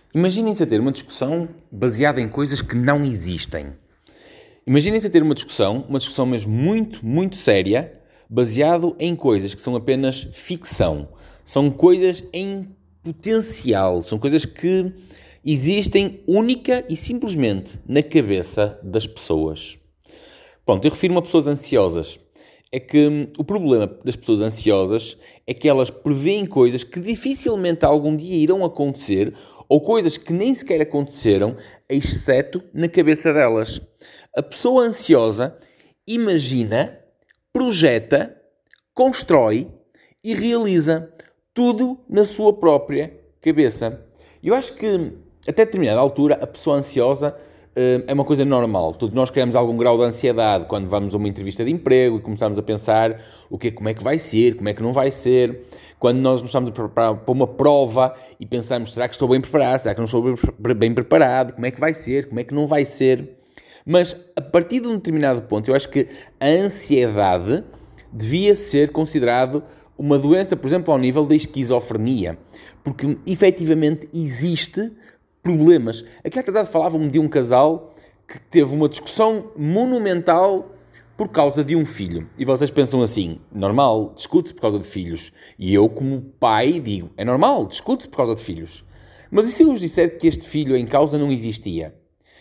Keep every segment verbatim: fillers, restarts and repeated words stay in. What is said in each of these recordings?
Imaginem-se a ter uma discussão baseada em coisas que não existem. Imaginem-se a ter uma discussão, uma discussão mesmo muito, muito séria, baseado em coisas que são apenas ficção. São coisas em potencial, são coisas que existem única e simplesmente na cabeça das pessoas. Pronto, eu refiro-me a pessoas ansiosas. É que hum, o problema das pessoas ansiosas é que elas prevêem coisas que dificilmente algum dia irão acontecer ou coisas que nem sequer aconteceram, exceto na cabeça delas. A pessoa ansiosa imagina, projeta, constrói e realiza tudo na sua própria cabeça. Eu acho que, até determinada altura, a pessoa ansiosa uh, é uma coisa normal. Todos nós criamos algum grau de ansiedade quando vamos a uma entrevista de emprego e começamos a pensar o que, como é que vai ser, como é que não vai ser. Quando nós nos estamos a preparar para uma prova e pensamos, será que estou bem preparado, será que não estou bem preparado, como é que vai ser, como é que não vai ser. Mas, a partir de um determinado ponto, eu acho que a ansiedade devia ser considerado uma doença, por exemplo, ao nível da esquizofrenia, porque efetivamente existe problemas. Aqui atrasado falava-me de um casal que teve uma discussão monumental por causa de um filho. E vocês pensam assim, normal, discute-se por causa de filhos. E eu, como pai, digo, é normal, discute-se por causa de filhos. Mas e se eu vos disser que este filho em causa não existia?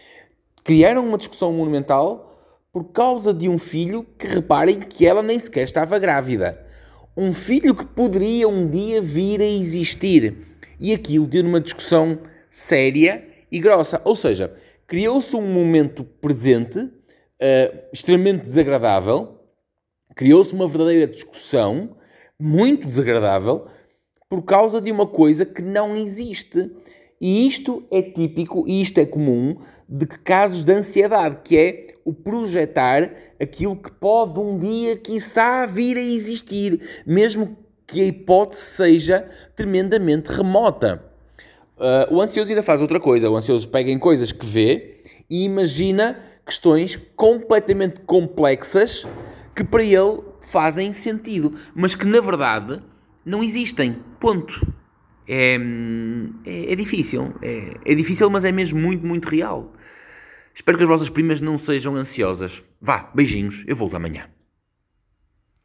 Criaram uma discussão monumental por causa de um filho que, reparem, que ela nem sequer estava grávida. Um filho que poderia um dia vir a existir. E aquilo deu numa discussão séria e grossa. Ou seja, criou-se um momento presente uh, extremamente desagradável, criou-se uma verdadeira discussão muito desagradável por causa de uma coisa que não existe. E isto é típico, e isto é comum, de casos de ansiedade, que é o projetar aquilo que pode um dia, quiçá, vir a existir, mesmo que a hipótese seja tremendamente remota. Uh, o ansioso ainda faz outra coisa. O ansioso pega em coisas que vê e imagina questões completamente complexas que para ele fazem sentido, mas que na verdade não existem. Ponto. É, é, é difícil, é, é difícil, mas é mesmo muito, muito real. Espero que as vossas primas não sejam ansiosas. Vá, beijinhos, eu volto amanhã.